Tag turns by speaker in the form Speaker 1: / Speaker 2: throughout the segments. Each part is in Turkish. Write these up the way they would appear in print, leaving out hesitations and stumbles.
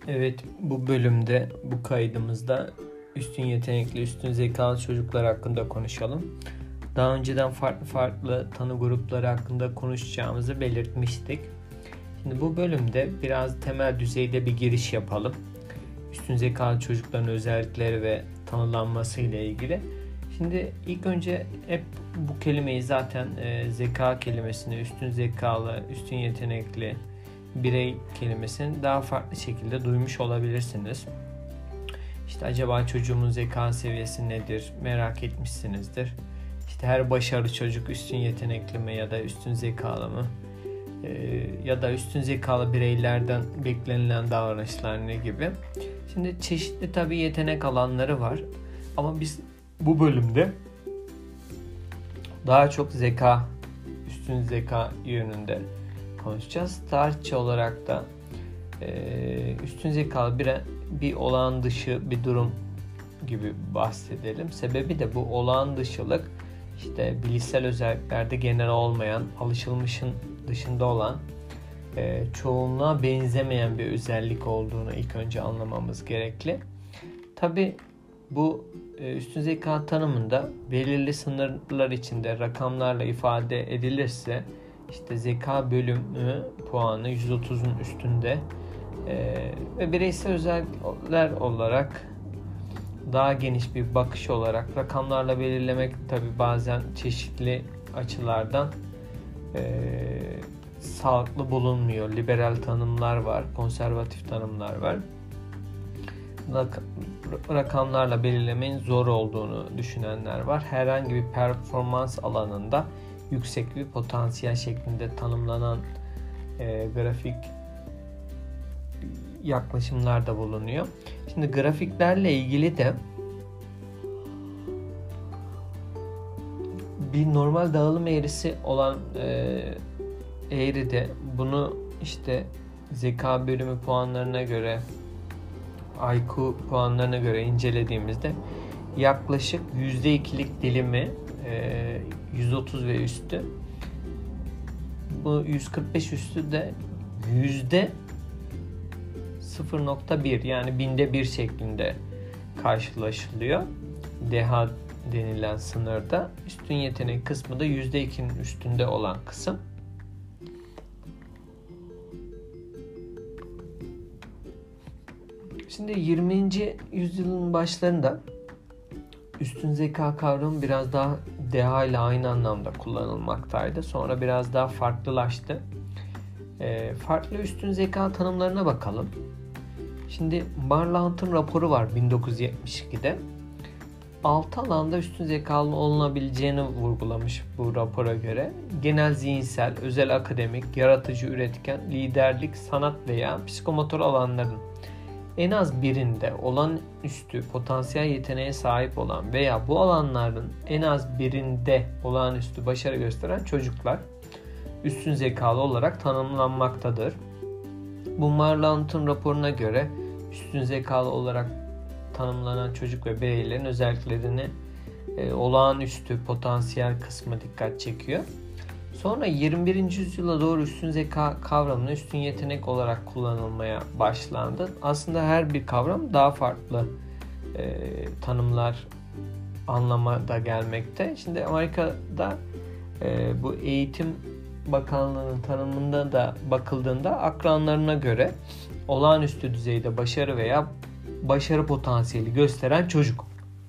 Speaker 1: Evet, bu bölümde, bu kaydımızda üstün yetenekli, üstün zekalı çocuklar hakkında konuşalım. Daha önceden farklı tanı grupları hakkında konuşacağımızı belirtmiştik. Şimdi bu bölümde biraz temel düzeyde bir giriş yapalım. Üstün zekalı çocukların özellikleri ve tanılanması ile ilgili. Şimdi ilk önce hep bu kelimeyi zaten zeka kelimesini, üstün zekalı, üstün yetenekli, birey kelimesini daha farklı şekilde duymuş olabilirsiniz. İşte acaba çocuğumun zeka seviyesi nedir merak etmişsinizdir. İşte her başarılı çocuk üstün yetenekli mi ya da üstün zekalı mı? Ya da üstün zekalı bireylerden beklenilen davranışlar ne gibi. Şimdi çeşitli tabii yetenek alanları var. Ama biz bu bölümde daha çok üstün zeka yönünde konuşacağız. Tarihçi olarak da üstün zekalı bir olağan dışı bir durum gibi bahsedelim. Sebebi de bu olağan dışılık işte bilişsel özelliklerde genel olmayan, alışılmışın dışında olan, çoğunluğa benzemeyen bir özellik olduğunu ilk önce anlamamız gerekli. Tabii bu üstün zeka tanımında belirli sınırlar içinde rakamlarla ifade edilirse işte zeka bölümü puanı 130'un üstünde ve bireysel özellikler olarak daha geniş bir bakış olarak rakamlarla belirlemek tabii bazen çeşitli açılardan sağlıklı bulunmuyor. Liberal tanımlar var, konservatif tanımlar var. Rakamlarla belirlemenin zor olduğunu düşünenler var. Herhangi bir performans alanında yüksek bir potansiyel şeklinde tanımlanan grafik yaklaşımlar da bulunuyor. Şimdi grafiklerle ilgili de bir normal dağılım eğrisi olan eğride bunu işte zeka bölümü puanlarına göre, IQ puanlarına göre incelediğimizde yaklaşık %2'lik dilimi 130 ve üstü. Bu 145 üstü de %0.1 yani binde bir şeklinde karşılaşılıyor. Deha denilen sınırda. Üstün yetenek kısmı da %2'nin üstünde olan kısım. Şimdi 20. yüzyılın başlarında üstün zeka kavramı biraz daha deha ile aynı anlamda kullanılmaktaydı. Sonra biraz daha farklılaştı. Farklı üstün zeka tanımlarına bakalım. Şimdi Marlant'ın raporu var 1972'de. 6 alanda üstün zekalı olunabileceğini vurgulamış bu rapora göre. Genel zihinsel, özel akademik, yaratıcı üretken, liderlik, sanat veya psikomotor alanların en az birinde olağanüstü potansiyel yeteneğe sahip olan veya bu alanların en az birinde olağanüstü başarı gösteren çocuklar üstün zekalı olarak tanımlanmaktadır. Bu Marlant'ın raporuna göre üstün zekalı olarak tanımlanan çocuk ve bireylerin özelliklerini olağanüstü potansiyel kısmı dikkat çekiyor. Sonra 21. yüzyıla doğru üstün zeka kavramını üstün yetenek olarak kullanılmaya başlandı. Aslında her bir kavram daha farklı tanımlar anlamada gelmekte. Şimdi Amerika'da bu Eğitim Bakanlığı'nın tanımında da bakıldığında akranlarına göre olağanüstü düzeyde başarı veya başarı potansiyeli gösteren çocuk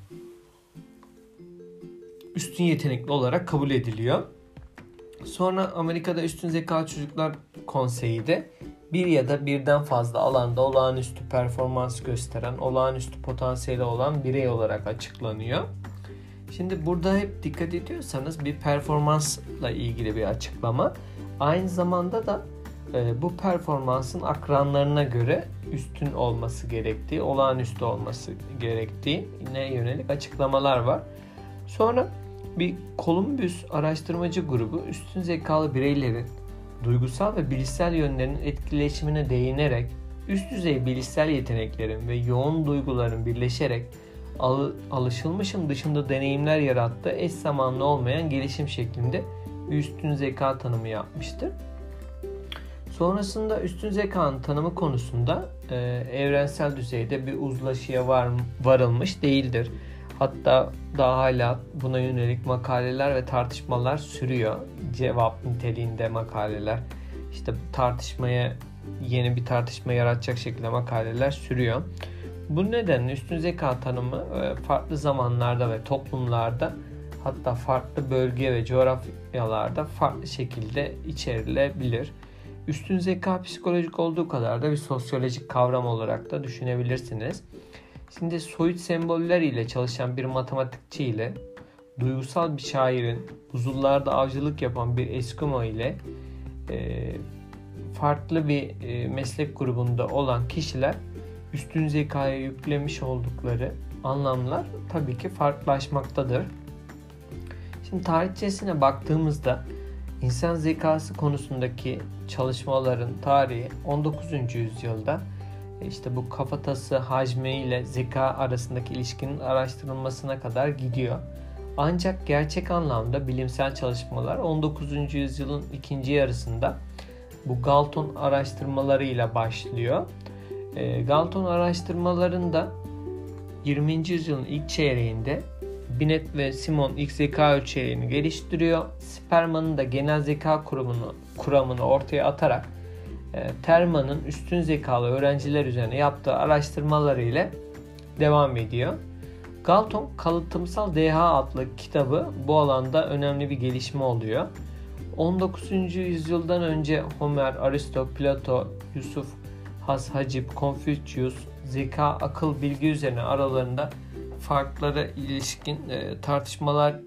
Speaker 1: üstün yetenekli olarak kabul ediliyor. Sonra Amerika'da Üstün Zeka Çocuklar Konseyi de bir ya da birden fazla alanda olağanüstü performans gösteren, olağanüstü potansiyeli olan birey olarak açıklanıyor. Şimdi burada hep dikkat ediyorsanız bir performansla ilgili bir açıklama. Aynı zamanda da bu performansın akranlarına göre üstün olması gerektiği, olağanüstü olması gerektiğine yönelik açıklamalar var. Sonra bir Columbus araştırmacı grubu üstün zekalı bireylerin duygusal ve bilişsel yönlerinin etkileşimine değinerek üst düzey bilişsel yeteneklerin ve yoğun duyguların birleşerek alışılmışın dışında deneyimler yarattığı eş zamanlı olmayan gelişim şeklinde bir üstün zeka tanımı yapmıştır. Sonrasında üstün zekanın tanımı konusunda evrensel düzeyde bir uzlaşıya varılmış değildir. Hatta daha hala buna yönelik makaleler ve tartışmalar sürüyor. Cevap niteliğinde makaleler. İşte yeni bir tartışma yaratacak şekilde makaleler sürüyor. Bu nedenle üstün zeka tanımı farklı zamanlarda ve toplumlarda, hatta farklı bölge ve coğrafyalarda farklı şekilde içerilebilir. Üstün zeka psikolojik olduğu kadar da bir sosyolojik kavram olarak da düşünebilirsiniz. Şimdi soyut semboller ile çalışan bir matematikçi ile duygusal bir şairin, buzullarda avcılık yapan bir Eskimo ile farklı bir meslek grubunda olan kişiler üstün zekaya yüklemiş oldukları anlamlar tabii ki farklılaşmaktadır. Şimdi tarihçesine baktığımızda insan zekası konusundaki çalışmaların tarihi 19. yüzyılda işte bu kafatası hacmi ile zeka arasındaki ilişkinin araştırılmasına kadar gidiyor. Ancak gerçek anlamda bilimsel çalışmalar 19. yüzyılın ikinci yarısında bu Galton araştırmalarıyla başlıyor. Galton araştırmalarında 20. yüzyılın ilk çeyreğinde Binet ve Simon ilk zeka ölçeğini geliştiriyor. Sperman'ın da genel zeka kuramını ortaya atarak Terman'ın üstün zekalı öğrenciler üzerine yaptığı araştırmaları ile devam ediyor. Galton Kalıtımsal Deha adlı kitabı bu alanda önemli bir gelişme oluyor. 19. yüzyıldan önce Homer, Aristo, Plato, Yusuf Has Hacip, Confucius zeka, akıl, bilgi üzerine aralarında farklara ilişkin tartışmalar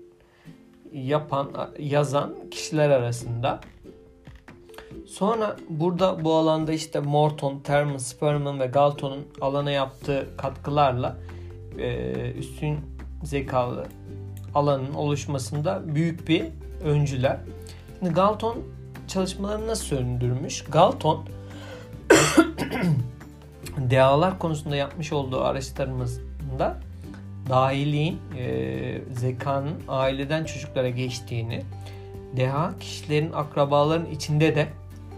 Speaker 1: yazan kişiler arasında. Sonra burada bu alanda işte Morton, Terman, Sperman ve Galton'un alana yaptığı katkılarla üstün zekalı alanın oluşmasında büyük bir öncüler. Şimdi Galton çalışmalarını nasıl söndürmüş? Galton dehalar konusunda yapmış olduğu araştırmasında dahiliğin, zekanın aileden çocuklara geçtiğini, deha kişilerin akrabaların içinde de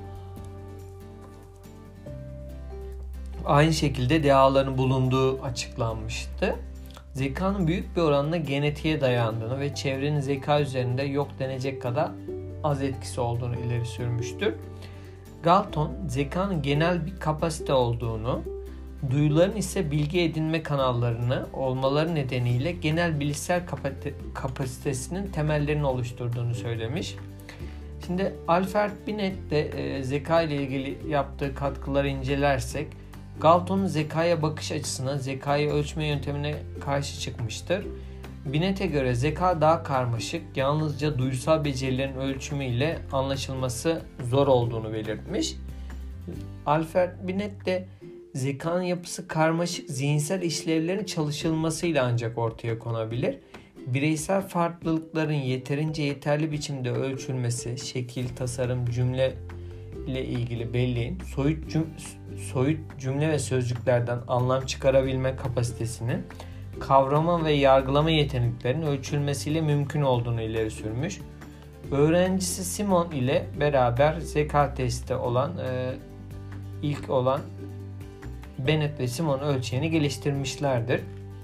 Speaker 1: aynı şekilde dehaların bulunduğu açıklanmıştı. Zekanın büyük bir oranla genetiğe dayandığını ve çevrenin zeka üzerinde yok denecek kadar az etkisi olduğunu ileri sürmüştür. Galton, zekanın genel bir kapasite olduğunu, duyuların ise bilgi edinme kanallarını olmaları nedeniyle genel bilişsel kapasitesinin temellerini oluşturduğunu söylemiş. Şimdi Alfred Binet de zeka ile ilgili yaptığı katkıları incelersek, Galton'un zekaya bakış açısına, zekayı ölçme yöntemine karşı çıkmıştır. Binet'e göre zeka daha karmaşık, yalnızca duysal becerilerin ölçümüyle anlaşılması zor olduğunu belirtmiş. Alfred Binet de zekanın yapısı karmaşık zihinsel işlevlerin çalışılmasıyla ancak ortaya konabilir. Bireysel farklılıkların yeterli biçimde ölçülmesi, şekil, tasarım, cümle ile ilgili belleğin soyut cümle ve sözcüklerden anlam çıkarabilme kapasitesinin, kavrama ve yargılama yeteneklerinin ölçülmesiyle mümkün olduğunu ileri sürmüş. Öğrencisi Simon ile beraber zeka testi ilk olan Binet ve Simon ölçeğini geliştirmişlerdir.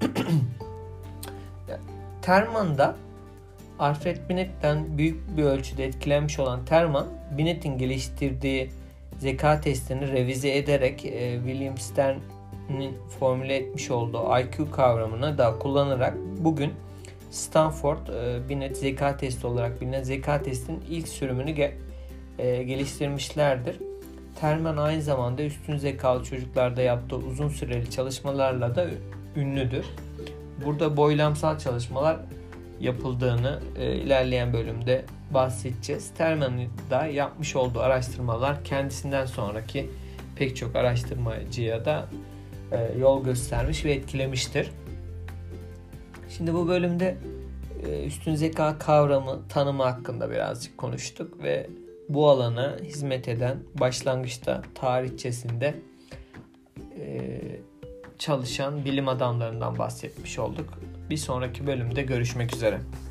Speaker 1: Terman'da Alfred Binet'ten büyük bir ölçüde etkilenmiş olan Terman, Binet'in geliştirdiği zeka testini revize ederek William Stern'in formüle etmiş olduğu IQ kavramını da kullanarak bugün Stanford Binet zeka testi olarak bilinen zeka testinin ilk sürümünü geliştirmişlerdir. Terman aynı zamanda üstün zekalı çocuklarda yaptığı uzun süreli çalışmalarla da ünlüdür. Burada boylamsal çalışmalar yapıldığını ilerleyen bölümde bahsedeceğiz. Terman'ın da yapmış olduğu araştırmalar kendisinden sonraki pek çok araştırmacıya da yol göstermiş ve etkilemiştir. Şimdi bu bölümde üstün zeka kavramı, tanımı hakkında birazcık konuştuk ve bu alana hizmet eden başlangıçta tarihçesinde çalışan bilim adamlarından bahsetmiş olduk. Bir sonraki bölümde görüşmek üzere.